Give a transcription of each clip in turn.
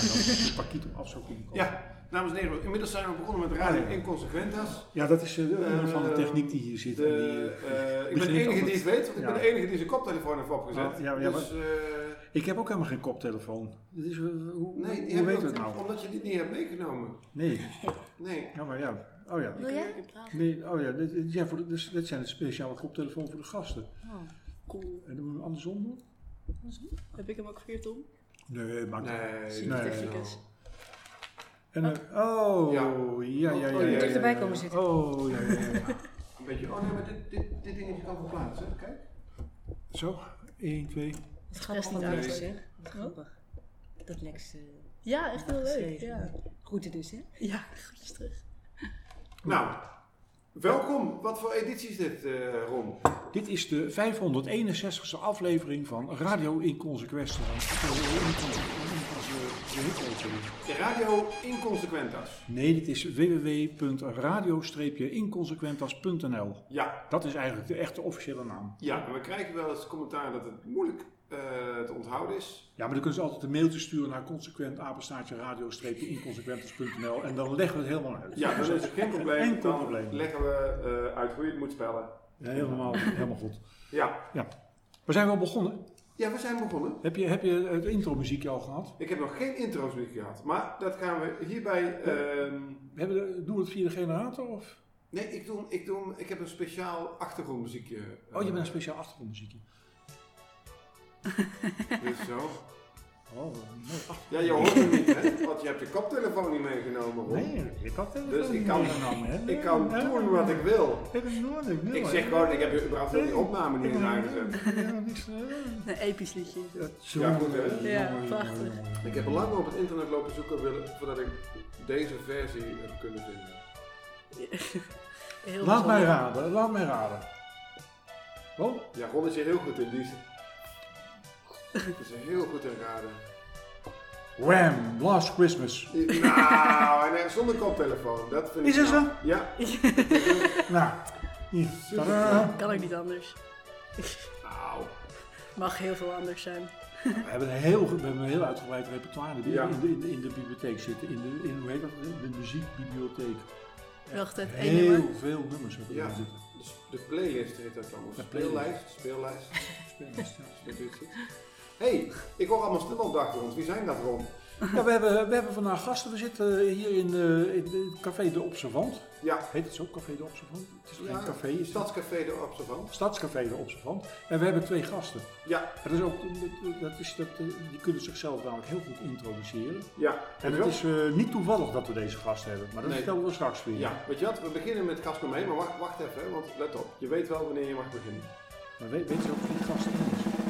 een pakket op af zou kunnen komen. Ja, dames en heren, inmiddels zijn we begonnen met Radio Inconsequentas. Ja, dat is van de techniek die hier zit. Ik ben de enige die het weet, want ik ben de enige die zijn koptelefoon heeft opgezet. Ik heb ook helemaal geen koptelefoon. Dus, hoe weet je het nou? Omdat je die niet hebt meegenomen. Nee. Ja, maar ja. Oh ja. Wil jij? Nee, dit zijn de speciale koptelefoon voor de gasten. Oh, cool. En dan moet je andersom doen? Heb ik hem ook verkeerd om? Nee, maakt niet. Nee. En Moet erbij komen zitten. Een beetje, maar dit dingetje kan verplaatsen, kijk. Zo, 1, 2. Het gaat niet uit, hè? Grappig. Dat Lex... ja, echt heel leuk. Ja. Groeten dus, hè? Ja, groetjes terug. Nou, welkom. Wat voor editie is dit, Ron? Dit is de 561ste aflevering van Radio Inconsequentas. Radio Inconsequentas. Nee, dit is www.radio-inconsequentas.nl. Ja. Dat is eigenlijk de echte officiële naam. Ja, en we krijgen wel eens commentaar dat het moeilijk te onthouden is. Ja, maar dan kunnen ze altijd een mailtje sturen naar consequent-radio-inconsequentas.nl en dan leggen we het helemaal uit. Ja, dat is geen probleem. Dan leggen we uit hoe je het moet spellen. Ja, helemaal goed. Ja. We zijn wel begonnen. Ja, we zijn begonnen. Heb je het intro-muziekje al gehad? Ik heb nog geen intro-muziek gehad, maar dat gaan we hierbij... Doen we het via de generator? Of? Nee, ik heb een speciaal achtergrondmuziekje. Je bent een speciaal achtergrondmuziekje. Dus zo. Oh, mooi. Ja, je hoort het niet, hè? Want je hebt je koptelefoon niet meegenomen, Ron. Nee, je koptelefoon dus niet meegenomen. Ik kan doen wat ik wil. Ik zeg gewoon, ik heb überhaupt die opname niet eens aangezet. Een episch liedje. Ja, goed hè? Ja, prachtig. Ik heb lang op het internet lopen zoeken voordat ik deze versie heb kunnen vinden. Laat mij raden. Oh? Ja, Ron is hier heel goed in. Die is heel goed in raden. Wham! Last Christmas. Nou, en zonder koptelefoon. Dat vind ik. Is het zo? Ja. Nou, hier. Kan ook niet anders. Nou. Mag heel veel anders zijn. We hebben een heel uitgebreid repertoire in de bibliotheek zitten. Hoe heet dat? De muziekbibliotheek. Wacht, het heel veel nummers hebben we erin zitten. De playlist heet dat dan. Speellijst. Hey, ik hoor allemaal stil op de achtergrond. Wie zijn dat, Ron? Ja, we hebben vandaag gasten. We zitten hier in het Café de Observant. Ja. Heet het zo, Café de Observant? Het is geen café. Stadscafé de Observant. Stadscafé de Observant. En we hebben 2 gasten. Ja. Die kunnen zichzelf namelijk heel goed introduceren. Ja. En het is niet toevallig dat we deze gasten hebben, maar dat vertellen we straks weer. Ja, weet je wat? We beginnen met gast nummer 1, maar wacht even, want let op. Je weet wel wanneer je mag beginnen. Maar weet je ook wie de gast is?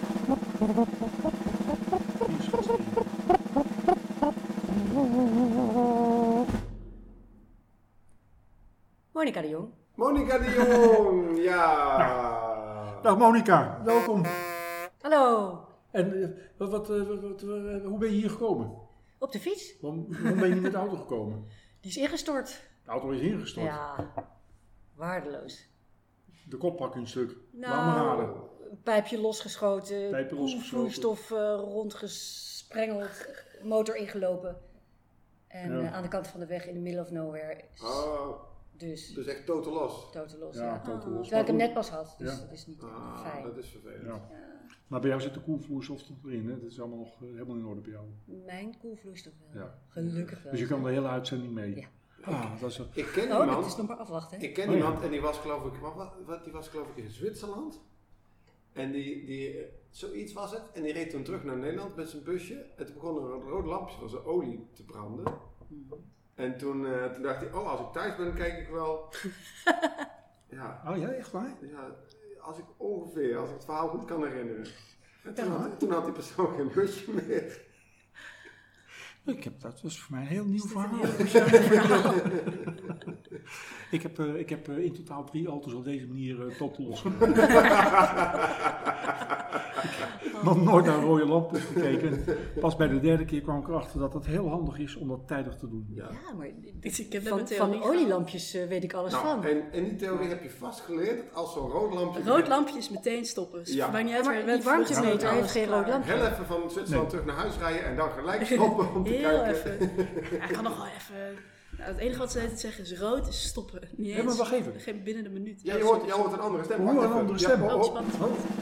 Monica de Jong. Monica de Jong, ja. Dag Monica, welkom. Hallo. En hoe ben je hier gekomen? Op de fiets. Waarom ben je niet met de auto gekomen? Die is ingestort. De auto is ingestort? Ja, waardeloos. De kop pak een stuk. Nou, een pijpje losgeschoten, vloeistof rondgesprengeld, motor ingelopen. En aan de kant van de weg in the middle of nowhere. Dus echt totaal los? Totaal los, ja. Totaal los. Terwijl ik hem net pas had, dus dat is niet fijn. Dat is vervelend. Ja. Maar bij jou zit de koelvloeistof erin, hè? Dat is allemaal nog helemaal in orde bij jou. Mijn koelvloeistof wel. Ja. Gelukkig wel. Dus je kan de hele uitzending mee? Ja. Dat is ik ken iemand. Dat is nog maar afwachten. Ik ken iemand en die was geloof ik in Zwitserland. En die zoiets was het. En die reed toen terug naar Nederland met zijn busje. En toen begon er een rood lampje van zijn olie te branden. En toen dacht hij, als ik thuis ben, kijk ik wel. Ja. Oh ja, echt waar? Ja, als ik het verhaal goed kan herinneren. En toen had die persoon geen busje meer. Dat was voor mij een heel nieuw verhaal. Ik heb in totaal 3 auto's op deze manier tot los gedaan. Nog nooit naar rode lampen gekeken. Pas bij de derde keer kwam ik erachter dat het heel handig is om dat tijdig te doen. Ja, maar Ik heb van olielampjes weet ik alles van. En die theorie heb je vastgeleerd dat als zo'n rood lampje... Rood lampje is meteen stoppen. Dus maar die warmtemeter heeft geen rood lampje. Heel even van Zwitserland terug naar huis rijden en dan gelijk stoppen om te kijken. Even. Ja, ik kan nog wel even... Nou, het enige wat ze altijd zeggen is rood is stoppen. Niet eens. Maar wacht even. Geen binnen de minuut. Ja, je hoort een andere stem. We horen een andere stem. Spannend.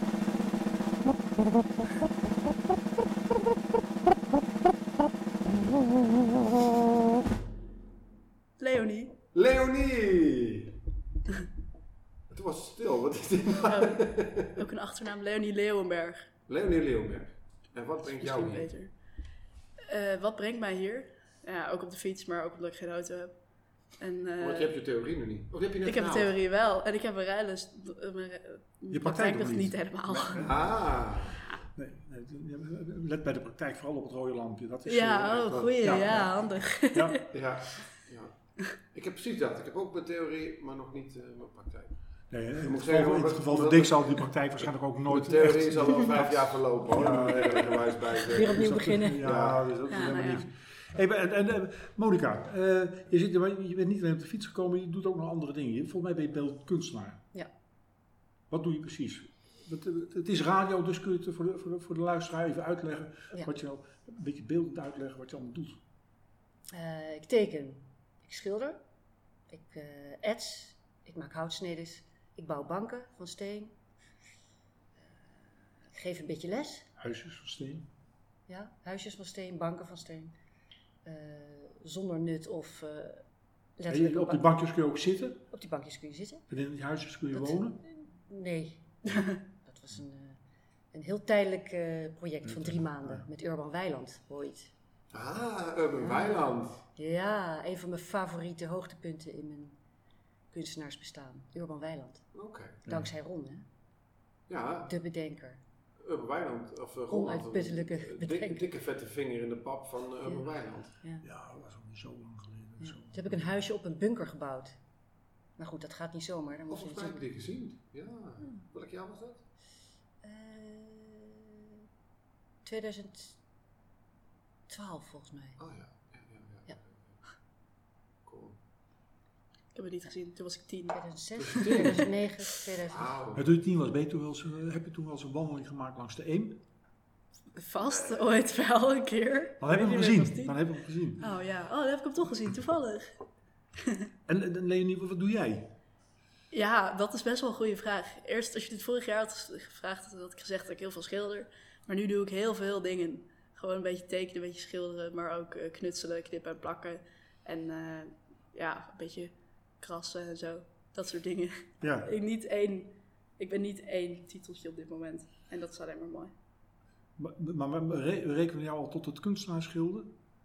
Leonie! Het was stil, wat is dit nou? Ook een achternaam, Leonie Leeuwenberg. Leonie Leeuwenberg. En wat brengt jou hier? Beter. Wat brengt mij hier? Ja, ook op de fiets, maar ook omdat ik geen auto heb. En, want je hebt je theorie nog niet. Of heb je net ik heb de theorie wel. En ik heb een rijles. Je praktijk nog niet helemaal. Nee, let bij de praktijk vooral op het rode lampje. Dat is, goeie. Ja, handig. Ja. Ik heb precies dat. Ik heb ook mijn theorie, maar nog niet mijn praktijk. Nee, in het geval van Dick zal die praktijk waarschijnlijk ook nooit... De theorie is al 5 jaar verlopen hoor. Weer opnieuw beginnen. Ja, dat is helemaal niks. Hey, Monica, je bent niet alleen op de fiets gekomen, je doet ook nog andere dingen. Volgens mij ben je beeldend kunstenaar. Ja. Wat doe je precies? Het is radio, dus kun je het voor de luisteraar even uitleggen. Ja. Wat je een beetje beeldend uitleggen wat je allemaal doet. Ik teken, ik schilder, ik ets, ik maak houtsnedes, ik bouw banken van steen. Ik geef een beetje les. Huisjes van steen? Ja, huisjes van steen, banken van steen. Zonder nut of letterlijk... Op die bankjes kun je ook zitten? Op die bankjes kun je zitten. En in die huisjes kun je wonen? Nee, dat was een heel tijdelijk project van 3 maanden met Urban Weiland ooit. Urban Weiland. Ja, een van mijn favoriete hoogtepunten in mijn kunstenaarsbestaan. Urban Weiland. Oké. Dankzij Ron, hè? Ja. De bedenker. Urban Weiland. Of onuitputtelijke bedenker. Dikke vette vinger in de pap van Urban Weiland. Ja, dat was ook niet zo lang geleden. Ja. Toen heb ik een huisje op een bunker gebouwd. Maar goed, dat gaat niet zomaar. Dan Volgens mij heb ik die gezien. Ja. Welk jaar was dat? 2012 volgens mij. Oh ja. Cool. Ik heb het niet gezien, toen was ik 10. 2006, 2009, 2000. En toen je 10 was, heb je toen wel eens een wandeling gemaakt langs de Eem? Vast, ooit wel een keer. Dan heb je hem gezien. Oh ja, dan heb ik hem toch gezien, toevallig. En Leonie, wat doe jij? Ja, dat is best wel een goede vraag. Eerst, als je dit vorig jaar had gevraagd, had ik gezegd dat ik heel veel schilder. Maar nu doe ik heel veel dingen. Gewoon een beetje tekenen, een beetje schilderen, maar ook knutselen, knippen en plakken. En een beetje krassen en zo. Dat soort dingen. Ja. Ik ben niet één titeltje op dit moment. En dat is alleen maar mooi. Maar rekenen we jou al tot het kunstenaarsschilder?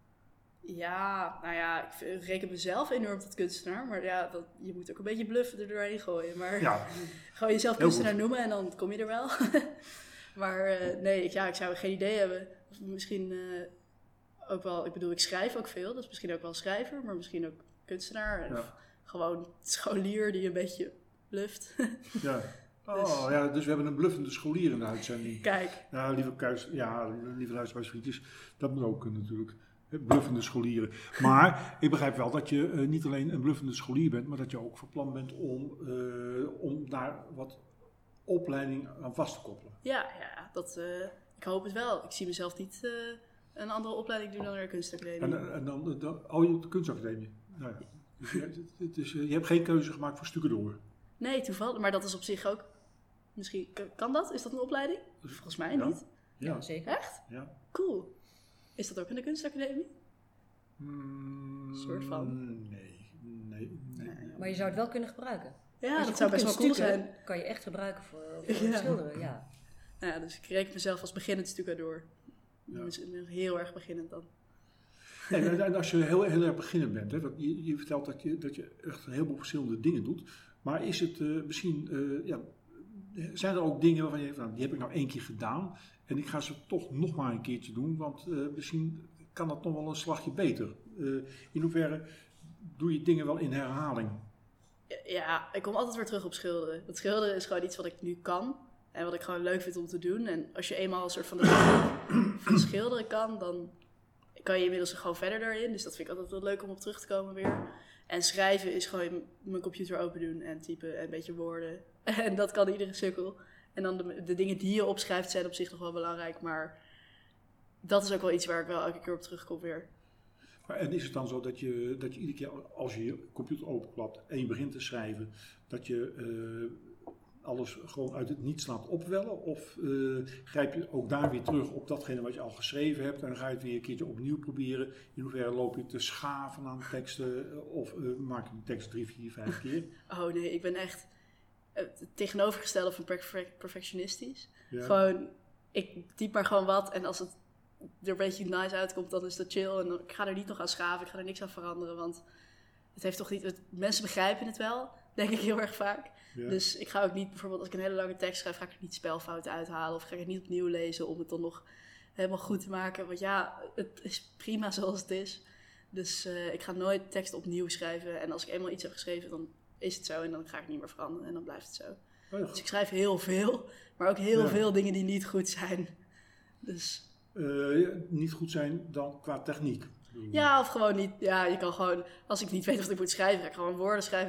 Ja, nou ja, ik reken mezelf enorm tot kunstenaar. Maar ja, je moet ook een beetje bluffen er doorheen gooien. Maar gewoon jezelf kunstenaar noemen en dan kom je er wel. Maar nee, ik zou geen idee hebben. Of misschien ook wel, ik bedoel, ik schrijf ook veel. Dus misschien ook wel schrijver, maar misschien ook kunstenaar. Of gewoon scholier die een beetje bluft. Ja. Dus we hebben een bluffende scholier in de uitzending. Kijk. Nou, lieve luisteraarsvriendjes, dat moet ook natuurlijk. Bluffende scholieren. Maar ik begrijp wel dat je niet alleen een bluffende scholier bent, maar dat je ook van plan bent om daar wat opleiding aan vast te koppelen. Ja, ik hoop het wel. Ik zie mezelf niet een andere opleiding doen dan de kunstacademie. En dan de kunstacademie. Nou ja. Dus je hebt geen keuze gemaakt voor stucadoor. Nee, toevallig. Maar dat is op zich ook... Misschien... Kan dat? Is dat een opleiding? Volgens mij niet. Ja, zeker. Echt? Ja. Cool. Is dat ook in de kunstacademie? Soort van? Nee. Maar je zou het wel kunnen gebruiken. Ja, dat zou best wel cool zijn. Kan je echt gebruiken voor schilderen, ja. Ja, dus ik reken mezelf als beginnend stucadoor. Ja. Heel erg beginnend dan. En als je heel erg beginnend bent, hè, je vertelt dat je echt een heleboel verschillende dingen doet. Maar is het misschien, zijn er ook dingen waarvan je denkt, die heb ik nou 1 keer gedaan en ik ga ze toch nog maar een keertje doen, want misschien kan dat nog wel een slagje beter. In hoeverre doe je dingen wel in herhaling? Ja, ik kom altijd weer terug op schilderen. Dat schilderen is gewoon iets wat ik nu kan. En wat ik gewoon leuk vind om te doen. En als je eenmaal een soort van de van schilderen kan, dan kan je inmiddels gewoon verder daarin. Dus dat vind ik altijd wel leuk om op terug te komen weer. En schrijven is gewoon mijn computer open doen en typen en een beetje woorden. En dat kan iedere sukkel. En dan de dingen die je opschrijft zijn op zich nog wel belangrijk. Maar dat is ook wel iets waar ik wel elke keer op terugkom weer. En is het dan zo dat je iedere keer als je je computer openklapt en je begint te schrijven, dat je alles gewoon uit het niets laat opwellen? Of grijp je ook daar weer terug op datgene wat je al geschreven hebt en dan ga je het weer een keertje opnieuw proberen? In hoeverre loop je te schaven aan teksten of maak je een tekst 3, 4, 5 keer? Oh nee, ik ben echt het tegenovergestelde van perfectionistisch. Ja. Gewoon, ik typ maar gewoon wat en als het er een beetje nice uitkomt, dan is dat chill. En ik ga er niet nog aan schaven, ik ga er niks aan veranderen, want het heeft toch niet... Mensen begrijpen het wel, denk ik heel erg vaak. Ja. Dus ik ga ook niet, bijvoorbeeld als ik een hele lange tekst schrijf, ga ik er niet spelfouten uithalen of ga ik het niet opnieuw lezen om het dan nog helemaal goed te maken. Want ja, het is prima zoals het is. Dus ik ga nooit tekst opnieuw schrijven. En als ik eenmaal iets heb geschreven, dan is het zo en dan ga ik het niet meer veranderen en dan blijft het zo. Oh ja. Dus ik schrijf heel veel, maar ook heel veel dingen die niet goed zijn. Dus... niet goed zijn dan qua techniek? Ja, of gewoon niet. Ja, je kan gewoon, als ik niet weet wat ik moet schrijven, ga ik gewoon woorden schrijven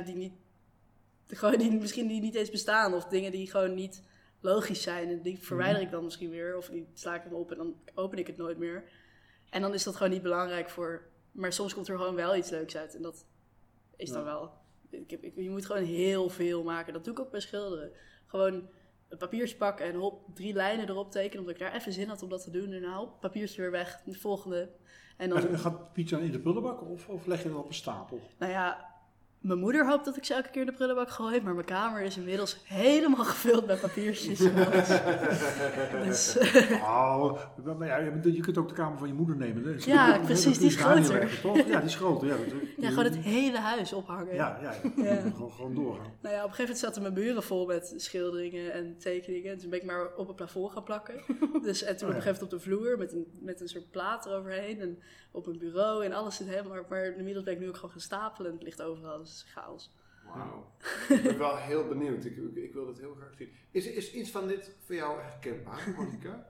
die misschien niet eens bestaan. Of dingen die gewoon niet logisch zijn. En die verwijder ik dan misschien weer. Of die sla ik hem op en dan open ik het nooit meer. En dan is dat gewoon niet belangrijk voor... Maar soms komt er gewoon wel iets leuks uit. En dat is dan wel... Je moet gewoon heel veel maken. Dat doe ik ook bij schilderen. Gewoon een papiertje pakken en hop, 3 lijnen erop tekenen. Omdat ik daar even zin had om dat te doen. En dan hop, papiertje weer weg. De volgende. En dan... Gaat Piet dan in de prullenbak of leg je het op een stapel? Nou ja, mijn moeder hoopt dat ik ze elke keer in de prullenbak gooi. Maar mijn kamer is inmiddels helemaal gevuld met papiertjes. Dus, je kunt ook de kamer van je moeder nemen. Hè? Ja, precies, die is groter. Toch? Ja, die is groter. Ja, gewoon het hele huis ophangen. Ja. Gewoon doorgaan. Nou ja, op een gegeven moment zaten mijn muren vol met schilderingen en tekeningen. En toen ben ik maar op het plafond gaan plakken. En toen op een gegeven moment op de vloer met een soort plaat eroverheen. En op een bureau en alles zit helemaal. Maar inmiddels ben ik nu ook gewoon gaan stapelen en het ligt overal. Dus het is chaos. Wauw. Ik ben wel heel benieuwd. Ik wil dit heel graag zien. Is iets van dit voor jou herkenbaar, Monica?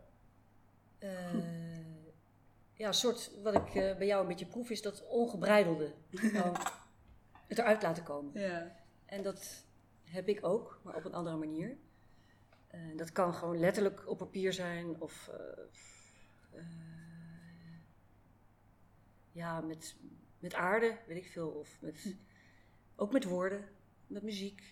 Ja, een soort wat ik bij jou een beetje proef is dat ongebreidelde. Het eruit laten komen. Ja. En dat heb ik ook, maar op een andere manier. Dat kan gewoon letterlijk op papier zijn of met aarde, weet ik veel. Of ook met woorden, met muziek.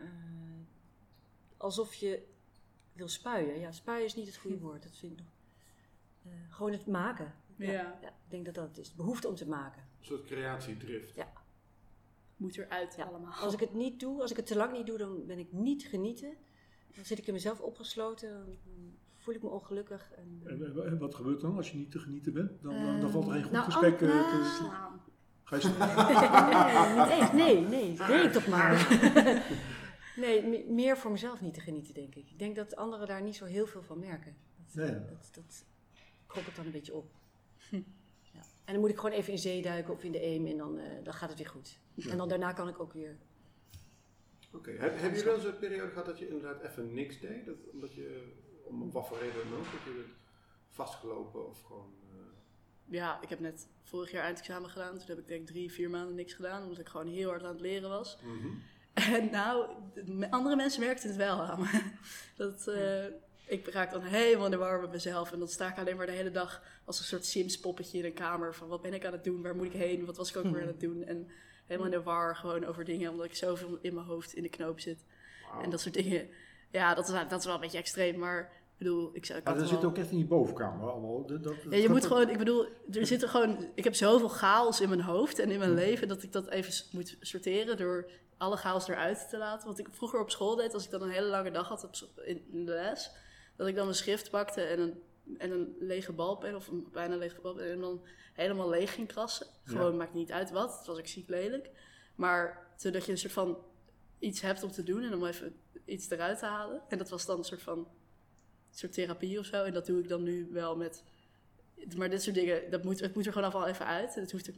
Alsof je wil spuien. Ja, spuien is niet het goede woord, dat vind ik nog. Gewoon het maken. Ja, ik denk dat dat het is. De behoefte om te maken. Een soort creatiedrift. Ja. Moet eruit allemaal. Als ik het niet doe, als ik het te lang niet doe, dan ben ik niet genieten. Dan zit ik in mezelf opgesloten. Dan voel ik me ongelukkig. En wat gebeurt dan als je niet te genieten bent? Dan valt er geen goed gesprek te slaan. Ga je slaan? Nee, weet ik toch maar. Nee, meer voor mezelf niet te genieten, denk ik. Ik denk dat anderen daar niet zo heel veel van merken. Dat kroppelt dan een beetje op. Ja. En dan moet ik gewoon even in zee duiken of in de Eem en dan gaat het weer goed. Ja. En dan daarna kan ik ook weer... Oké. Heb je wel zo'n periode gehad dat je inderdaad even niks deed? Omdat je, om wat voor reden dan ook, dat je vastgelopen of gewoon... Ja, ik heb net vorig jaar eindexamen gedaan. Toen heb ik denk 3-4 maanden niks gedaan, omdat ik gewoon heel hard aan het leren was. Mm-hmm. En nou, andere mensen merkten het wel aan me. Ik raak dan helemaal in de war met mezelf. En dan sta ik alleen maar de hele dag als een soort Sims poppetje in een kamer. Van wat ben ik aan het doen? Waar moet ik heen? Wat was ik ook weer aan het doen? En helemaal in de war gewoon over dingen. Omdat ik zoveel in mijn hoofd in de knoop zit. Wow. En dat soort dingen. Ja, dat is wel een beetje extreem. Maar ik bedoel, dat zit ook echt in je bovenkamer allemaal. Ja, je moet gewoon, ik bedoel, ik heb zoveel chaos in mijn hoofd en in mijn leven. Dat ik dat even moet sorteren door alle chaos eruit te laten. Wat ik vroeger op school deed, als ik dan een hele lange dag had in de les, dat ik dan een schrift pakte en een lege balpen, of een bijna lege balpen, en dan helemaal leeg ging krassen. Gewoon, maakt niet uit wat, het was ook ziek lelijk. Maar zodat je een soort van iets hebt om te doen en om even iets eruit te halen. En dat was dan een soort therapie of zo. En dat doe ik dan nu wel met... Maar dit soort dingen, het moet er gewoon al even uit. En het hoeft ook niet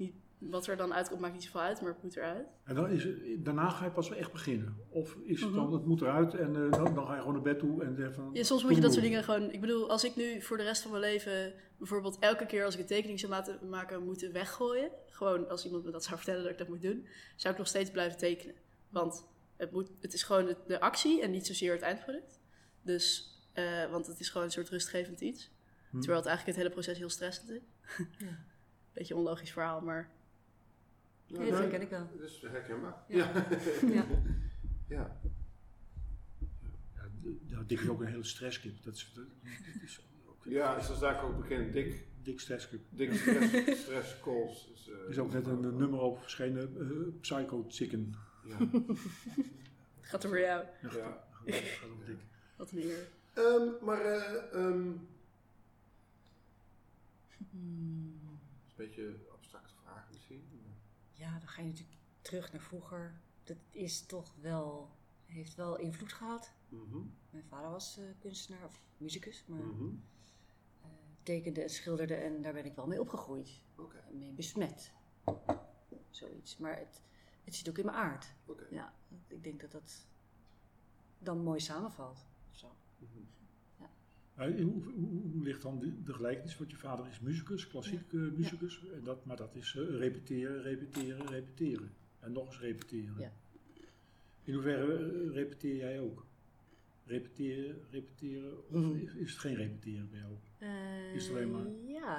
wat er dan uitkomt maakt niet zoveel uit, maar het moet eruit. En dan daarna ga je pas weer echt beginnen? Of is het dan, het moet eruit en dan ga je gewoon naar bed toe en van... Ja, soms moet je dat soort dingen gewoon... Ik bedoel, als ik nu voor de rest van mijn leven bijvoorbeeld elke keer als ik een tekening zou laten maken moeten weggooien, gewoon als iemand me dat zou vertellen dat ik dat moet doen, zou ik nog steeds blijven tekenen. Want het is gewoon de actie en niet zozeer het eindproduct. Dus, want het is gewoon een soort rustgevend iets. Terwijl het eigenlijk het hele proces heel stressend is. Ja. Beetje een onlogisch verhaal, maar... Ja, dat herken ik wel. Dat is herkenbaar. Ja. Ja. Dick is ook een hele stresskip. Dat is ook, ja, zoals daar ook bekend. Dick stresskip. Dick stress calls. Er is ook net een nummer over verschenen. Psycho Chicken. Ja. Gaat over jou. Ja. Gaat over Dick. Wat een eer. Een beetje een abstracte vraag misschien. Ja, dan ga je natuurlijk terug naar vroeger. Dat is toch wel, heeft wel invloed gehad. Mm-hmm. Mijn vader was kunstenaar of muzikus, maar tekende en schilderde en daar ben ik wel mee opgegroeid. Okay. Mee besmet. Zoiets. Maar het zit ook in mijn aard. Okay. Ja, ik denk dat dat dan mooi samenvalt. Of zo. Mm-hmm. Hoe ligt dan de gelijkenis? Want je vader is muzikus, klassiek muzikus. Ja. Maar dat is repeteren. En nog eens repeteren. Ja. In hoeverre repeteer jij ook? Repeteren? Of is het geen repeteren bij jou? Is het alleen maar... Ja,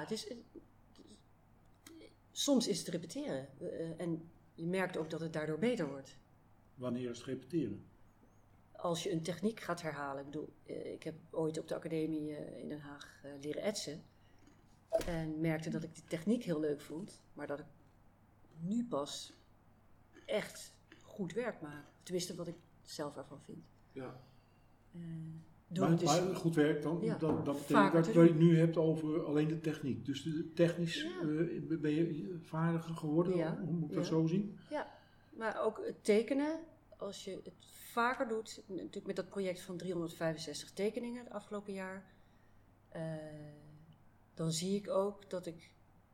soms is het repeteren. En je merkt ook dat het daardoor beter wordt. Wanneer is het repeteren? Als je een techniek gaat herhalen. Ik bedoel, ik heb ooit op de academie in Den Haag leren etsen. En merkte dat ik die techniek heel leuk vond. Maar dat ik nu pas echt goed werk maak. Tenminste, wat ik zelf ervan vind. Ja. Maar goed werk dan? Ja, dat betekent dat je het nu hebt over alleen de techniek. Dus technisch ben je vaardiger geworden? Ja. Hoe moet ik dat zo zien? Ja, maar ook het tekenen. Als je het vaker doet, natuurlijk met dat project van 365 tekeningen het afgelopen jaar, dan zie ik ook dat ik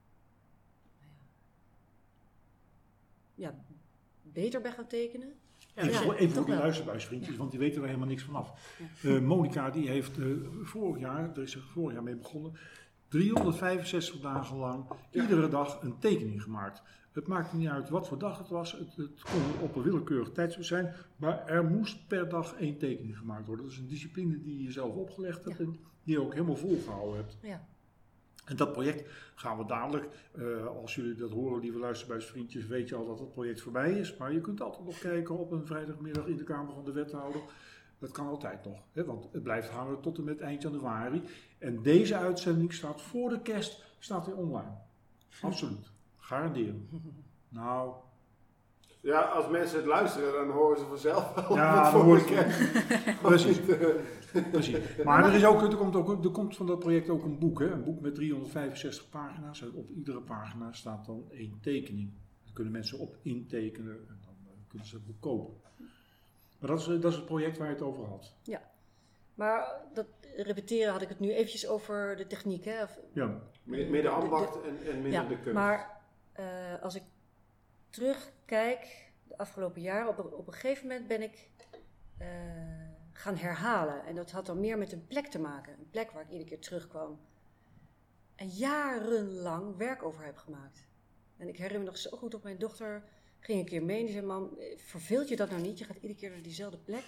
beter ben gaan tekenen. Even voor die luisterbuisvriendjes, want die weten er helemaal niks vanaf. Ja. Monica die heeft vorig jaar mee begonnen, 365 dagen lang, iedere dag een tekening gemaakt. Het maakte niet uit wat voor dag het was, het kon op een willekeurig tijdstip zijn, maar er moest per dag 1 tekening gemaakt worden. Dat is een discipline die je zelf opgelegd hebt en die je ook helemaal volgehouden hebt. Ja. En dat project gaan we dadelijk, als jullie dat horen, lieve luisterbuisvriendjes, weet je al dat het project voorbij is. Maar je kunt altijd nog kijken op een vrijdagmiddag in de Kamer van de Wethouder. Dat kan altijd nog, hè, want het blijft hangen tot en met eind januari. En deze uitzending staat voor de kerst online. Absoluut. Garanderen. Nou... Ja, als mensen het luisteren, dan horen ze vanzelf wel wat voor de kerst. Precies. Maar er komt van dat project ook een boek. Hè? Een boek met 365 pagina's. En op iedere pagina staat dan 1 tekening. Daar kunnen mensen op intekenen en dan kunnen ze het boek kopen. Maar dat is het project waar je het over had. Ja, maar dat repeteren had ik het nu eventjes over de techniek. Hè? Meer de ambacht en minder de kunst. Maar als ik terugkijk, de afgelopen jaren, op een gegeven moment ben ik gaan herhalen. En dat had dan meer met een plek te maken. Een plek waar ik iedere keer terugkwam. En jarenlang werk over heb gemaakt. En ik herinner me nog zo goed dat mijn dochter ging een keer mee en die zei: "Mam, verveelt je dat nou niet? Je gaat iedere keer naar diezelfde plek.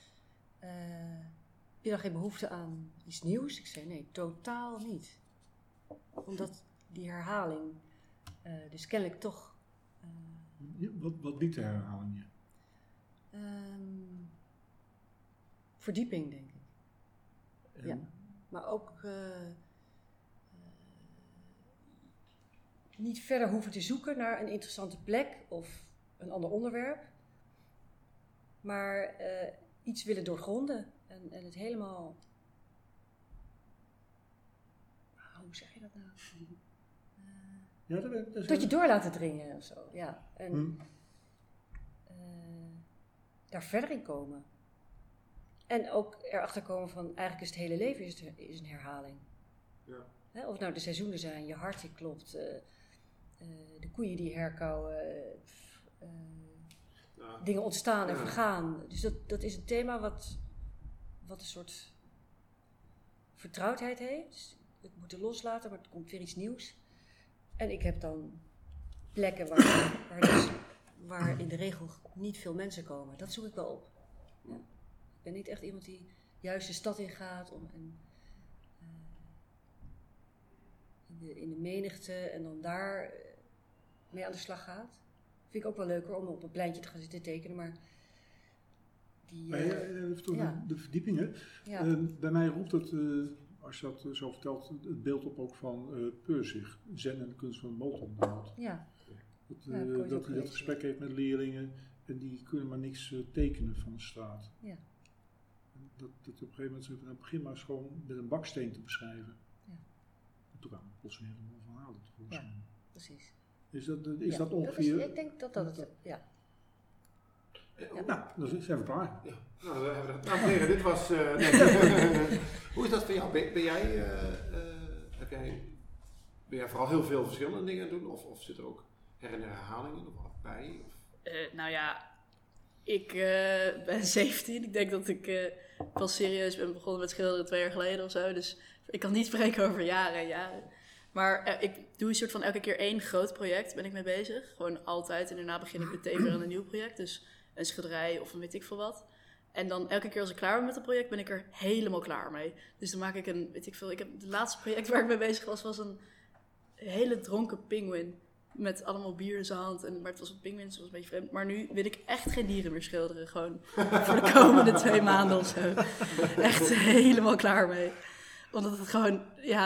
Heb je dan geen behoefte aan iets nieuws?" Ik zei: "Nee, totaal niet." Omdat die herhaling dus kennelijk toch... Wat biedt de herhaling je? Verdieping, denk ik. Ja. Maar ook niet verder hoeven te zoeken naar een interessante plek of een ander onderwerp. Maar iets willen doorgronden en het helemaal... hoe zeg je dat nou? Dat je door laten dringen of zo, ja. En daar verder in komen. En ook erachter komen van, eigenlijk is het hele leven is een herhaling. Ja. Hè, of nou de seizoenen zijn, je hart die klopt, de koeien die herkauwen, dingen ontstaan en vergaan. Dus dat is een thema wat een soort vertrouwdheid heeft. Dus het moeten loslaten, maar er komt weer iets nieuws. En ik heb dan plekken waar in de regel niet veel mensen komen. Dat zoek ik wel op. Ja. Ik ben niet echt iemand die juist de stad ingaat in de menigte en dan daar mee aan de slag gaat. Vind ik ook wel leuker om op een pleintje te gaan zitten tekenen, maar de verdiepingen. Ja. Bij mij roept het, als je dat zo vertelt, het beeld op ook van Peurzig, Zen en de kunst van motoronderhoud. Ja. Dat hij dat gesprek heeft met leerlingen en die kunnen maar niks tekenen van de straat. Ja. Dat op een gegeven moment zeggen, nou, begin maar eens gewoon met een baksteen te beschrijven. Ja. En toen kwamen plotseling helemaal verhalen tevoorschijn. Ja, precies. Is dat ongeveer... ik denk dat het... Ja. Nou, dan zijn we klaar. Ja. Nou, we hebben dames en heren, dit was... Hoe is dat voor jou? Ben jij vooral heel veel verschillende dingen aan het doen? Of zit er ook herhalingen of wat bij? Nou ja, ik ben 17. Ik denk dat ik pas serieus ben begonnen met schilderen 2 jaar geleden of zo. Dus ik kan niet spreken over jaren en jaren. Maar ik doe een soort van elke keer 1 groot project ben ik mee bezig. Gewoon altijd. En daarna begin ik meteen weer aan een nieuw project. Dus een schilderij of een weet ik veel wat. En dan elke keer als ik klaar ben met een project, ben ik er helemaal klaar mee. Dus dan maak ik het laatste project waar ik mee bezig was een hele dronken pinguïn. Met allemaal bier in zijn hand. Maar het was een pinguïn, dus het was een beetje vreemd. Maar nu wil ik echt geen dieren meer schilderen. Gewoon voor de komende 2 maanden of zo. Echt helemaal klaar mee. Omdat het gewoon,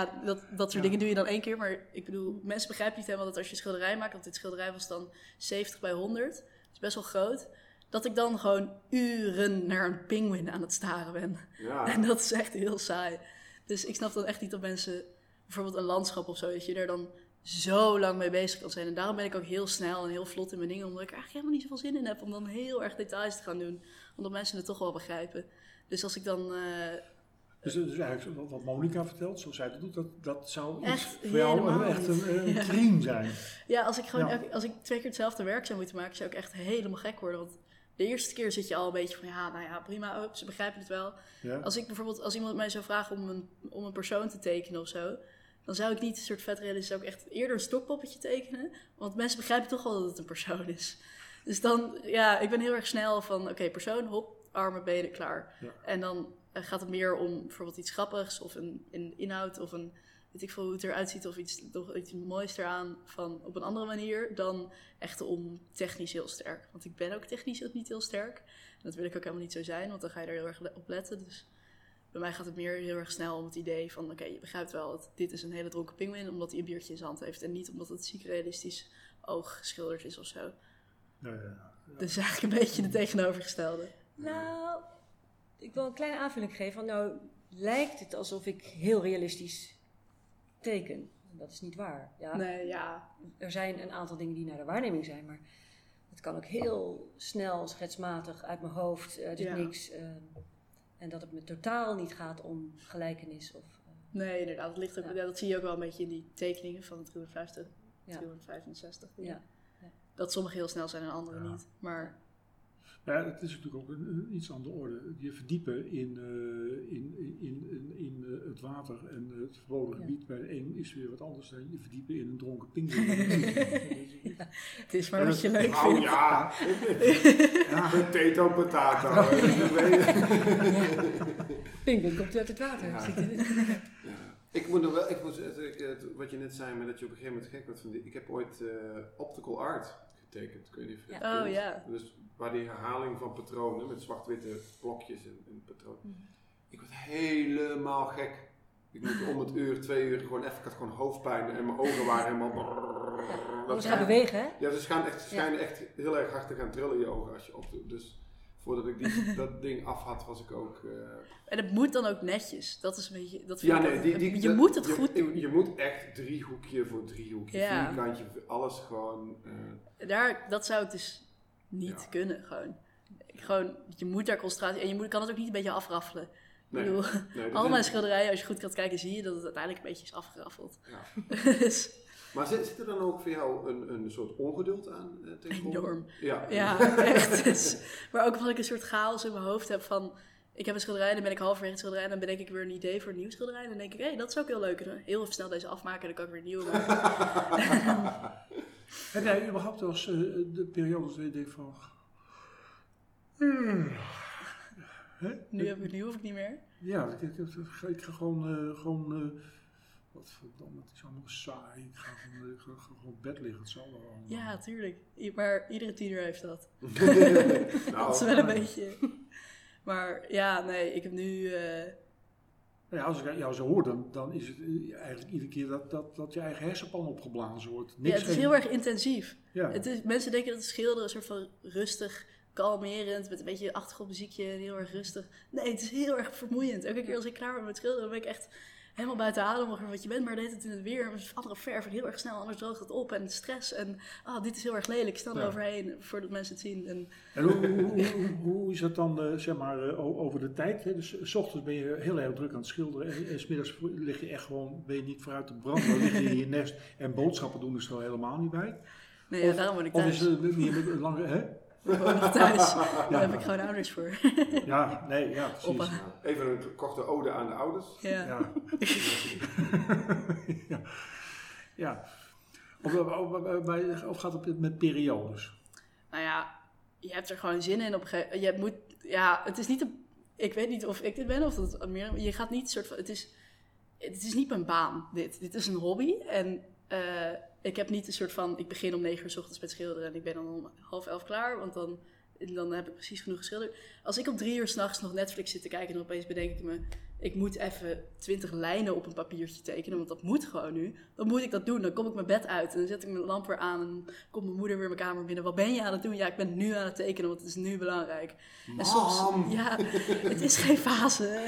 dat soort dingen doe je dan 1 keer. Maar ik bedoel, mensen begrijpen niet helemaal dat als je schilderij maakt... Want dit schilderij was dan 70 bij 100. Dat is best wel groot. Dat ik dan gewoon uren naar een pinguïn aan het staren ben. Ja. En dat is echt heel saai. Dus ik snap dan echt niet dat mensen... Bijvoorbeeld een landschap of zo, dat je er dan zo lang mee bezig kan zijn. En daarom ben ik ook heel snel en heel vlot in mijn dingen. Omdat ik er eigenlijk helemaal niet zoveel zin in heb om dan heel erg details te gaan doen. Omdat mensen het toch wel begrijpen. Dus als ik dan... Dus eigenlijk wat Monica vertelt, zoals zij dat doet, dat zou voor jou echt een crime zijn. Ja, als ik 2 keer hetzelfde werk zou moeten maken, zou ik echt helemaal gek worden. Want de eerste keer zit je al een beetje van, prima, ze begrijpen het wel. Ja. Als iemand mij zou vragen om een persoon te tekenen of zo, dan zou ik niet een soort vet realistisch, zou ik echt eerder een stokpoppetje tekenen. Want mensen begrijpen toch wel dat het een persoon is. Dus dan, ik ben heel erg snel van, oké, persoon, hop, armen, benen, klaar. Ja. En dan gaat het meer om bijvoorbeeld iets grappigs of een inhoud of een, weet ik veel hoe het eruit ziet of iets moois eraan van op een andere manier dan echt om technisch heel sterk. Want ik ben ook technisch ook niet heel sterk. En dat wil ik ook helemaal niet zo zijn, want dan ga je er heel erg op letten. Dus bij mij gaat het meer heel erg snel om het idee van, oké, je begrijpt wel dat dit is een hele dronken pinguïn omdat hij een biertje in zijn hand heeft en niet omdat het ziek realistisch oog geschilderd is of zo. Ja. Dus eigenlijk een beetje de tegenovergestelde. Nou, ik wil een kleine aanvulling geven. Want nou lijkt het alsof ik heel realistisch teken. Dat is niet waar. Ja, nee, ja. Er zijn een aantal dingen die naar de waarneming zijn. Maar het kan ook heel snel, schetsmatig, uit mijn hoofd, niks. En dat het me totaal niet gaat om gelijkenis. Nee, inderdaad. Dat ligt ook, dat zie je ook wel een beetje in die tekeningen van 365. Ja. Dat sommige heel snel zijn en andere niet. Maar... Ja, het is natuurlijk ook iets aan de orde. Je verdiepen in het water en het verboden gebied bij de een is weer wat anders dan je verdiepen in een dronken pinguïn. Het is maar wat je leuk vindt. Oh ja, potato, potato. Pinguïn komt uit het water. Ja. Ik moet wat je net zei, maar dat je op een gegeven moment gek wordt van ik heb ooit optical art getekend. Kun je die Oh ja. Dus waar die herhaling van patronen met zwart-witte blokjes en patronen. Ik word helemaal gek. Ik moet om het uur, 2 uur gewoon even, ik had gewoon hoofdpijn en mijn ogen waren helemaal... Ze gaan bewegen, hè? Ja, ze schijnen echt heel erg hard te gaan trillen in je ogen als je opdoet. Dus voordat ik dat ding af had, was ik ook... En het moet dan ook netjes. Dat is een beetje... Je moet het goed doen. Je moet echt driehoekje voor driehoekje, vierkantje, alles gewoon... Dat zou ik dus niet kunnen, gewoon. Je moet daar concentratie... En je kan het ook niet een beetje afraffelen. Nee, al mijn schilderijen, als je goed kan kijken, zie je dat het uiteindelijk een beetje is afgeraffeld. Ja. Dus, Maar zit er dan ook voor jou een soort ongeduld aan? Enorm. Ja, echt. Maar ook omdat ik een soort chaos in mijn hoofd heb van... Ik heb een schilderij, dan ben ik halverwege het schilderij... en dan bedenk ik weer een idee voor een nieuw schilderij. En dan denk ik, dat is ook heel leuk. En dan heel even snel deze afmaken en dan kan ik weer een nieuwe maken. Heb jij überhaupt wel eens de periode dat je denkt van... Nu heb ik het nieuw of ik niet meer? Ja, ik ga gewoon wat verdomme, het is allemaal saai. Ik ga gewoon op bed liggen, het zal wel allemaal. Ja, tuurlijk. Maar iedere tiener heeft dat. Nou, dat is wel een beetje... Maar ja, nee, ik heb nu... Ja, als ik jou zo hoor, dan is het eigenlijk iedere keer dat je eigen hersenpan opgeblazen wordt. Niks het is heel erg intensief. Ja. Mensen denken dat het schilderen een soort van rustig, kalmerend, met een beetje achtergrondmuziekje, heel erg rustig. Nee, het is heel erg vermoeiend. Elke keer als ik klaar ben met schilderen, dan ben ik echt helemaal buiten adem. Want je bent maar de hele tijd in het weer, met andere verf en heel erg snel, anders droogt het op en stress. En dit is heel erg lelijk, ik sta er overheen voordat mensen het zien. En hoe is dat dan, zeg maar, over de tijd? Hè? Dus 's ochtends ben je heel erg druk aan het schilderen en 's middags lig je echt gewoon, ben je niet vooruit te branden, dan lig je in je nest en boodschappen doen is er helemaal niet bij. Nee, ja, daarom word ik thuis. Of is het niet met een lange, hè? Ik woon nog thuis. Daar heb ik gewoon ouders voor. Ja, precies. Even een korte ode aan de ouders. Ja. Ja. Of gaat het met periodes? Nou ja, je hebt er gewoon zin in op een gegeven moment. Het is niet ik weet niet of ik dit ben of dat het meer... Je gaat niet soort van... Het is niet mijn baan, dit. Dit is een hobby en... ik heb niet een soort van, ik begin om 9 uur 's ochtends met schilderen en ik ben dan om 10:30 klaar, want dan heb ik precies genoeg geschilderd. Als ik om 3 uur 's nachts nog Netflix zit te kijken en opeens bedenk ik me, ik moet even 20 lijnen op een papiertje tekenen, want dat moet gewoon nu. Dan moet ik dat doen, dan kom ik mijn bed uit en dan zet ik mijn lamp weer aan en komt mijn moeder weer mijn kamer binnen. Wat ben je aan het doen? Ja, ik ben nu aan het tekenen, want het is nu belangrijk. Mam. En soms, ja, het is geen fase.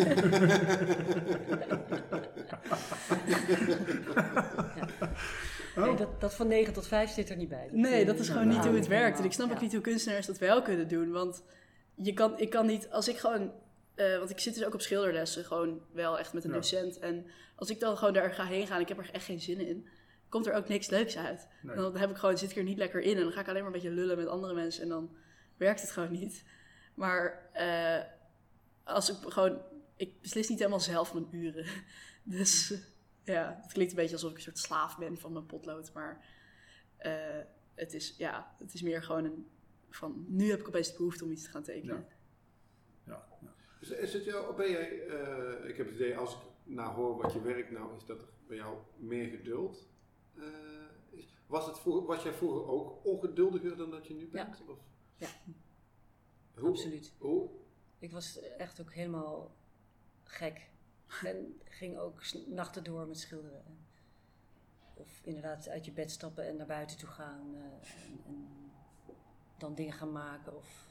Nee, dat van 9 tot 5 zit er niet bij. Nee, dat is gewoon niet hoe het werkt. En ik snap ook niet hoe kunstenaars dat wel kunnen doen. Want ik kan niet, als ik gewoon... want ik zit dus ook op schilderlessen, gewoon wel echt met een docent. En als ik dan gewoon daar ga heen gaan, ik heb er echt geen zin in, komt er ook niks leuks uit. Nee. Dan zit ik er niet lekker in en dan ga ik alleen maar een beetje lullen met andere mensen en dan werkt het gewoon niet. Maar als ik gewoon... Ik beslis niet helemaal zelf mijn uren. Dus... Ja, het klinkt een beetje alsof ik een soort slaaf ben van mijn potlood, maar het is meer gewoon van, nu heb ik opeens de behoefte om iets te gaan tekenen. Ja. Is het jou, ben jij, ik heb het idee, als ik hoor wat je werk nou is, dat er bij jou meer geduld is. Was jij vroeger ook ongeduldiger dan dat je nu bent? Ja, of? Ja. Absoluut. Hoe? Ik was echt ook helemaal gek. En ging ook nachten door met schilderen. Of inderdaad uit je bed stappen en naar buiten toe gaan. En dan dingen gaan maken. Of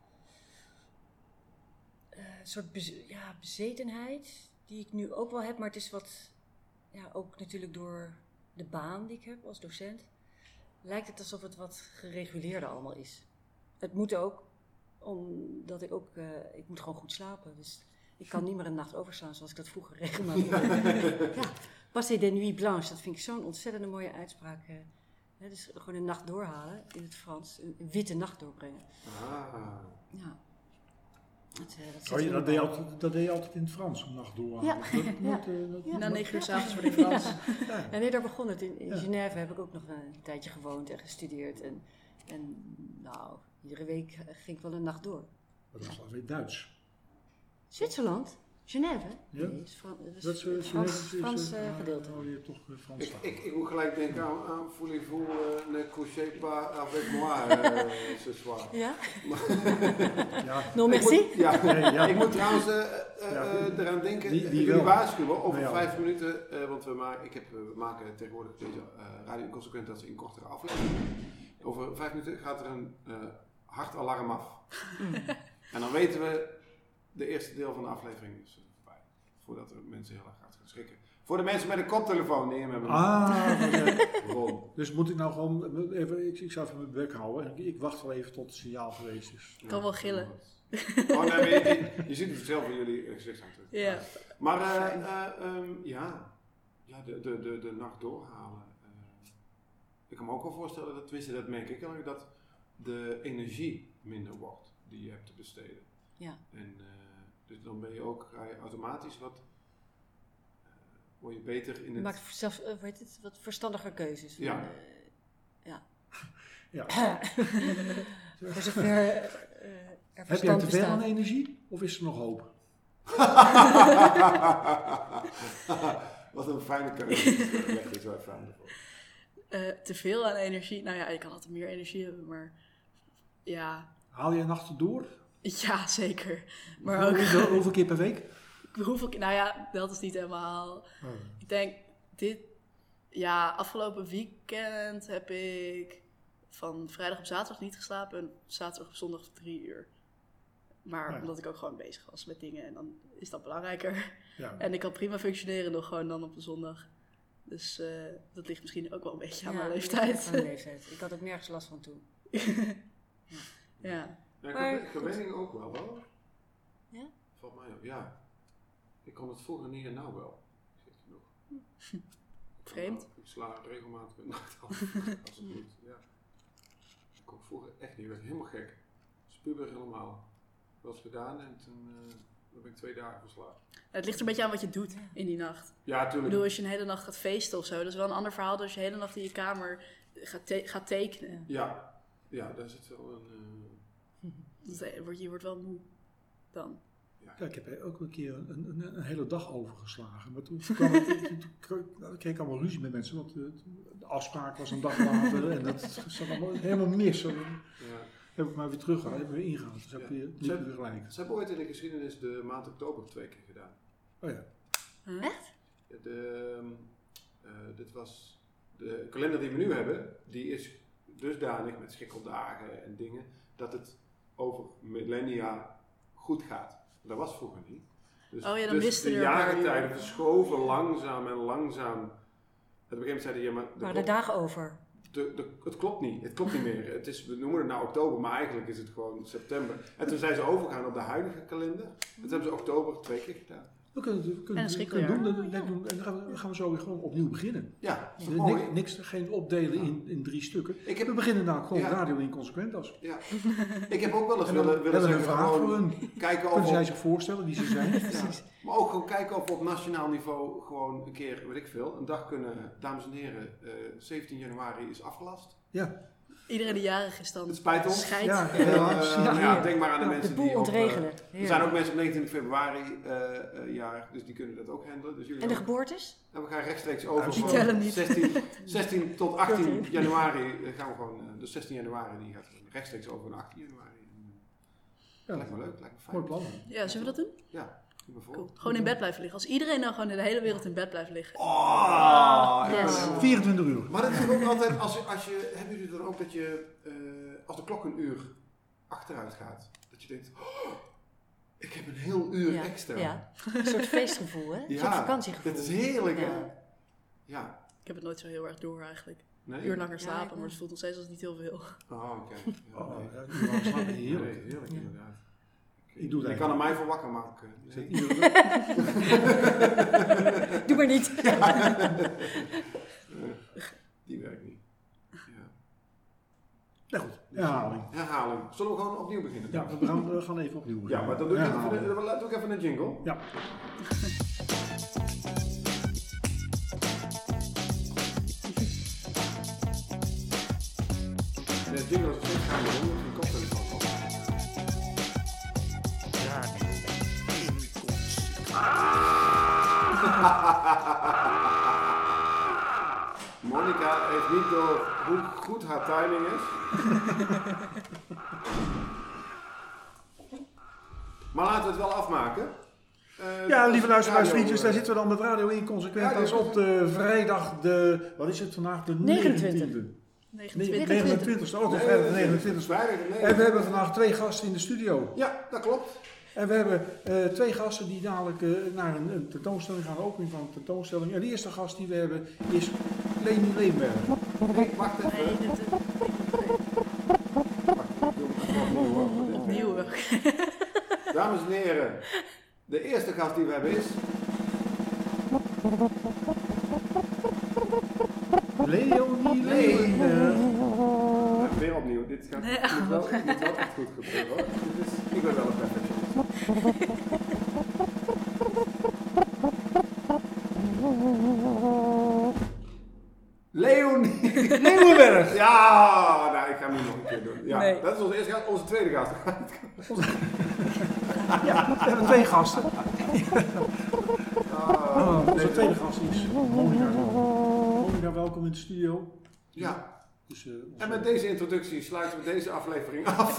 een soort bezetenheid die ik nu ook wel heb. Maar het is ook natuurlijk door de baan die ik heb als docent. Lijkt het alsof het wat gereguleerder allemaal is. Het moet ook, omdat ik ook... ik moet gewoon goed slapen, dus... Ik kan niet meer een nacht overslaan zoals ik dat vroeger regelmatig deed. Ja, passer des nuits blanches, dat vind ik zo'n ontzettend mooie uitspraak. Dus gewoon een nacht doorhalen in het Frans, een witte nacht doorbrengen. Ja. Dat deed je altijd in het Frans, een nacht doorhalen? Ja. Na 9 uur 's avonds voor de Frans. Ja, nee, daar begon het. In Genève heb ik ook nog een tijdje gewoond en gestudeerd. En iedere week ging ik wel een nacht door. Dat was alweer Duits. Zwitserland? Genève? Ja. Nee, dat is Frans gedeelte. Je hebt toch Frans ik moet gelijk denken aan voulez-vous ne couchez pas avec moi ce soir. Ja? Non, merci? Ik moet trouwens eraan denken, jullie waarschuwen over 5 minuten, want we maken tegenwoordig deze Radio Inconsequent dat ze in kortere afleveringen. Over 5 minuten gaat er een hartalarm af. En dan weten we... De eerste deel van de aflevering is voorbij. Voordat er mensen heel erg gaan schrikken. Voor de mensen met een koptelefoon die hem hebben. Dus moet ik nou gewoon even... Ik zou even mijn bek houden. En ik wacht wel even tot het signaal geweest is. Ik kan wel gillen. Je ziet het verschil van jullie gezichtsuitdrukking. Ja. Maar de nacht doorhalen. ik kan me ook wel voorstellen, dat merk ik eigenlijk, dat de energie minder wordt die je hebt te besteden. Ja. En dus dan ga je automatisch word je beter in het... Je maakt zelfs wat verstandiger keuzes. Ja. Ja. Voor zover er heb verstand jij te veel bestaat. aan energie of is er nog hoop? Wat een fijne keuze. Leg je zo even aan ervoor. Te veel aan energie. Nou ja, je kan altijd meer energie hebben, maar ja. Haal jij nachten door? Ja, zeker. Maar ook... Hoeveel keer per week? Nou ja, dat is niet helemaal... Ik denk, afgelopen weekend heb ik van vrijdag op zaterdag niet geslapen en zaterdag op zondag 3 uur. Maar omdat ik ook gewoon bezig was met dingen en dan is dat belangrijker. Ja. En ik kan prima functioneren nog gewoon dan op de zondag. Dus dat ligt misschien ook wel een beetje aan mijn leeftijd. Aan mijn leeftijd. Ik had ook nergens last van toen. Ja. Gewenning ook wel, hoor. Ja? Valt mij op, ja. Ik kon het vroeger niet en nou wel. Zit genoeg. Vreemd. Ik sla regelmatig een nacht af. Als het moet, ja. Ik kon vroeger echt niet. Ik werd helemaal gek. Spuber helemaal. Wel eens gedaan en toen ben ik 2 dagen verslaafd. Het ligt er een beetje aan wat je doet in die nacht. Ja, tuurlijk. Ik bedoel, als je een hele nacht gaat feesten of zo, dat is wel een ander verhaal dan als je de hele nacht in je kamer gaat tekenen. Ja, daar zit wel een... Je wordt wel moe dan. Ja, ik heb ook een keer een hele dag overgeslagen. Maar toen kreeg ik allemaal ruzie met mensen, want de afspraak was een dag later en dat zat allemaal helemaal mis. Heb ik maar weer teruggehaald, heb ik weer ingehaald. Dus heb je niet weer gelijk. Ze hebben ooit in de geschiedenis de maand oktober 2 keer gedaan. Oh ja. Echt? Dit was de kalender die we nu hebben, die is dusdanig met schikkeldagen en dingen, dat het over millennia goed gaat. Dat was vroeger niet. Dus, dan wisten de jaargetijden verschoven langzaam en langzaam. Op een gegeven moment zeiden je, maar de dagen over. Het klopt niet. Het klopt niet meer. We noemen het nou oktober, maar eigenlijk is het gewoon september. En toen zijn ze overgegaan op de huidige kalender. En toen hebben ze oktober 2 keer gedaan. We kunnen doen. En dan gaan we zo weer gewoon opnieuw beginnen. Ja, geen opdelen in 3 stukken. We beginnen nou gewoon radio inconsequent als. Ja. Ik heb ook wel eens willen zeggen, een vraag voor hun. Kunnen zij zich voorstellen wie ze zijn? Precies. Maar ook gewoon kijken of we op nationaal niveau gewoon een keer, weet ik veel, een dag kunnen, dames en heren, 17 januari is afgelast. Ja. Iedereen die jarig is dan. Het spijt ons. Denk maar aan de mensen die ontregelen. Er zijn ook mensen op 29 februari jarig, dus die kunnen dat ook handelen. Dus en de geboortes? En we gaan rechtstreeks over die tellen niet. 16 tot 18 januari gaan we gewoon, dus 16 januari die gaat rechtstreeks over naar 18 januari. Ja, lijkt me leuk, lijkt me fijn. Mooi plan. Ja, zullen we dat doen? Ja. Cool. Gewoon in bed blijven liggen. Als iedereen nou gewoon in de hele wereld in bed blijft liggen. Yes. 24 uur. Maar dat is ook altijd, hebben jullie dan ook dat je, als de klok een uur achteruit gaat, dat je denkt, ik heb een heel uur extra. Ja, een soort feestgevoel, hè? Een soort vakantiegevoel. Dat is heerlijk, hè? Ja. Ik heb het nooit zo heel erg door eigenlijk. Nee? Een uur langer slapen, maar het voelt nog steeds als niet heel veel. Oké. Een uur langer slapen, heerlijk. Nee, heerlijk inderdaad. Je kan er mij voor wakker maken. Nee. Doe maar niet. Die werkt niet. Ja. Nou goed, herhaling. Zullen we gewoon opnieuw beginnen? Ja, we gaan even opnieuw beginnen. Ja, maar dan doe ik even een jingle. Ja. En de jingle is op zich gaan we doen, een koptelefoon. Monica heeft niet door hoe goed haar timing is. Maar laten we het wel afmaken. Lieve luisteraars, vriendjes, daar zitten we dan met Radio Inconsequent. Dat is op de vrijdag wat is het vandaag? De 29e. 29e, ook op vrijdag de 29e. En we hebben vandaag 2 gasten in de studio. Ja, dat klopt. En we hebben 2 gasten die dadelijk naar een tentoonstelling gaan, de opening van een tentoonstelling. En de eerste gast die we hebben is Leni Leemberg. Wacht even. Opnieuw. Dames en heren, de eerste gast die we hebben is... Leonie Leeuwenberg. Weer opnieuw. Dit gaat moet wel echt goed gebeuren hoor. Dus ik ben wel een perfectionist. Leonie Leeuwenberg. Ja, nou, ik ga hem nu nog een keer doen. Ja, nee. Dat is onze eerste gast, onze tweede gast. Ja, we hebben 2 gasten. Onze tweede gast is Monica. Monica, welkom in de studio. Ja. Dus, en met deze introductie sluiten we deze aflevering af.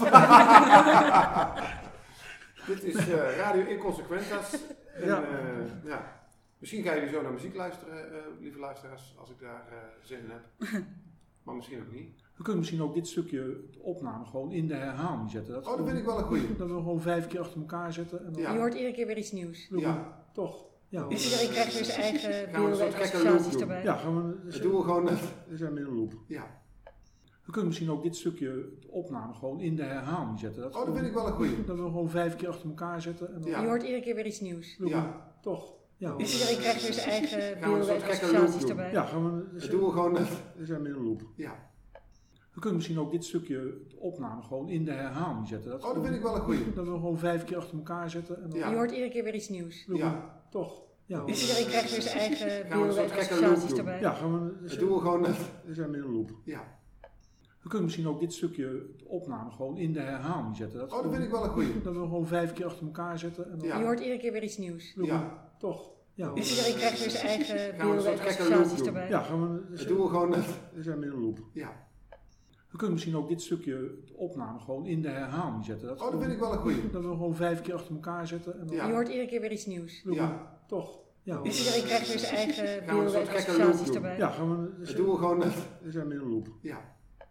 Dit is Radio Inconsequentas. En, ja. Misschien gaan jullie zo naar muziek luisteren, lieve luisteraars, als ik daar zin in heb. Maar misschien ook niet. We kunnen misschien ook dit stukje opname gewoon in de herhaling zetten. Dat vind ik wel een goeie. Dat we gewoon 5 keer achter elkaar zetten. En dan Je hoort iedere keer weer iets nieuws. Ja. Toch? Ja. Dus iedereen krijgt weer zijn eigen beelden en associaties erbij. Ja, gaan we. Dat doen we gewoon. We zijn met een loop. Ja. We kunnen misschien ook dit stukje opname gewoon in de herhaling zetten. Dat vind ik wel een goeie. Dat we gewoon 5 keer achter elkaar zetten. En dan Je hoort iedere keer weer iets nieuws. Ja. Toch? Ja. Dus iedereen krijgt weer zijn eigen beelden en associaties erbij. Ja, gaan we. Dat doen we gewoon. We zijn met een loop. Ja. We kunnen misschien ook dit stukje opname gewoon in de herhaling zetten. Dat vind ik wel een goeie. Dat we gewoon 5 keer achter elkaar zetten. En dan Je hoort iedere keer weer iets nieuws. Ja. Toch? Ja. Dus iedereen krijgt weer zijn eigen beelden en associaties erbij. Ja, gaan we. Dat doen we gewoon. We zijn met een loop. Ja. We kunnen misschien ook dit stukje opname gewoon in de herhaling zetten. Dat vind ik wel een goeie. Dat we gewoon 5 keer achter elkaar zetten. En dan Je hoort iedere keer weer iets nieuws. Ja. Toch? Ja. Dus iedereen krijgt weer zijn eigen beelden en associaties erbij. Ja, gaan we. Dat doen we gewoon. We zijn met een loop. Ja. We kunnen misschien ook dit stukje opname gewoon in de herhaling zetten. Dat vind ik wel een goeie. Dat we gewoon 5 keer achter elkaar zetten. En dan Je hoort iedere keer weer iets nieuws. Ja. Toch? Ja. Dus iedereen krijgt weer zijn eigen beelden en associaties erbij. Ja, gaan we. Dat doen we gewoon. We zijn met een loop. Ja.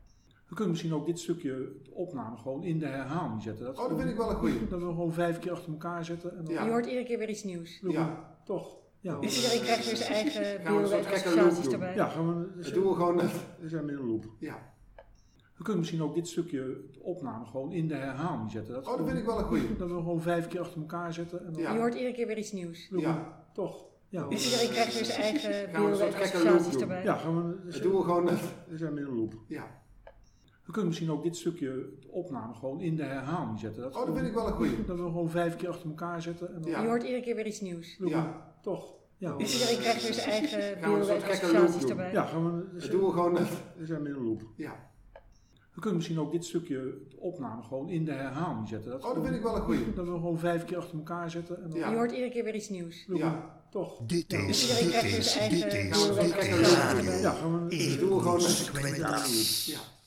We kunnen misschien ook dit stukje opname gewoon in de herhaling zetten. Dat vind ik wel een goeie. Dat we gewoon 5 keer achter elkaar zetten. En dan Je hoort iedere keer weer iets nieuws. Ja. Toch? Ja. Dus iedereen krijgt weer zijn eigen beelden en associaties erbij. Ja, gaan we. Dat doen we gewoon. We zijn met een loop. Ja. We kunnen misschien ook dit stukje opname gewoon in de herhaling zetten. Dat vind ik wel een goeie. Dat we gewoon 5 keer achter elkaar zetten. En dan Je hoort iedere keer weer iets nieuws. Ja. Toch? Ja. Dus iedereen krijgt weer zijn eigen beelden en associaties erbij. Ja, gaan we. Dat doen we gewoon. We zijn met een loop. Ja. We kunnen misschien ook dit stukje opname gewoon in de herhaling zetten. Dat vind ik wel een goeie. Dat we gewoon 5 keer achter elkaar zetten. En dan Je hoort iedere keer weer iets nieuws. Ja. Toch? Ja. Dus iedereen krijgt weer zijn eigen beelden en associaties erbij. Ja, gaan we. Dat doen we gewoon. We zijn met een loop. Ja. We kunnen misschien ook dit stukje opname gewoon in de herhaling zetten. Dat vind ik wel een goeie. Dat we gewoon 5 keer achter elkaar zetten. En dan Je hoort iedere keer weer iets nieuws. Ja. Toch? Dus iedereen krijgt weer zijn eigen beelden en associaties erbij. Ja, gaan we. Dat doen we gewoon. Ja.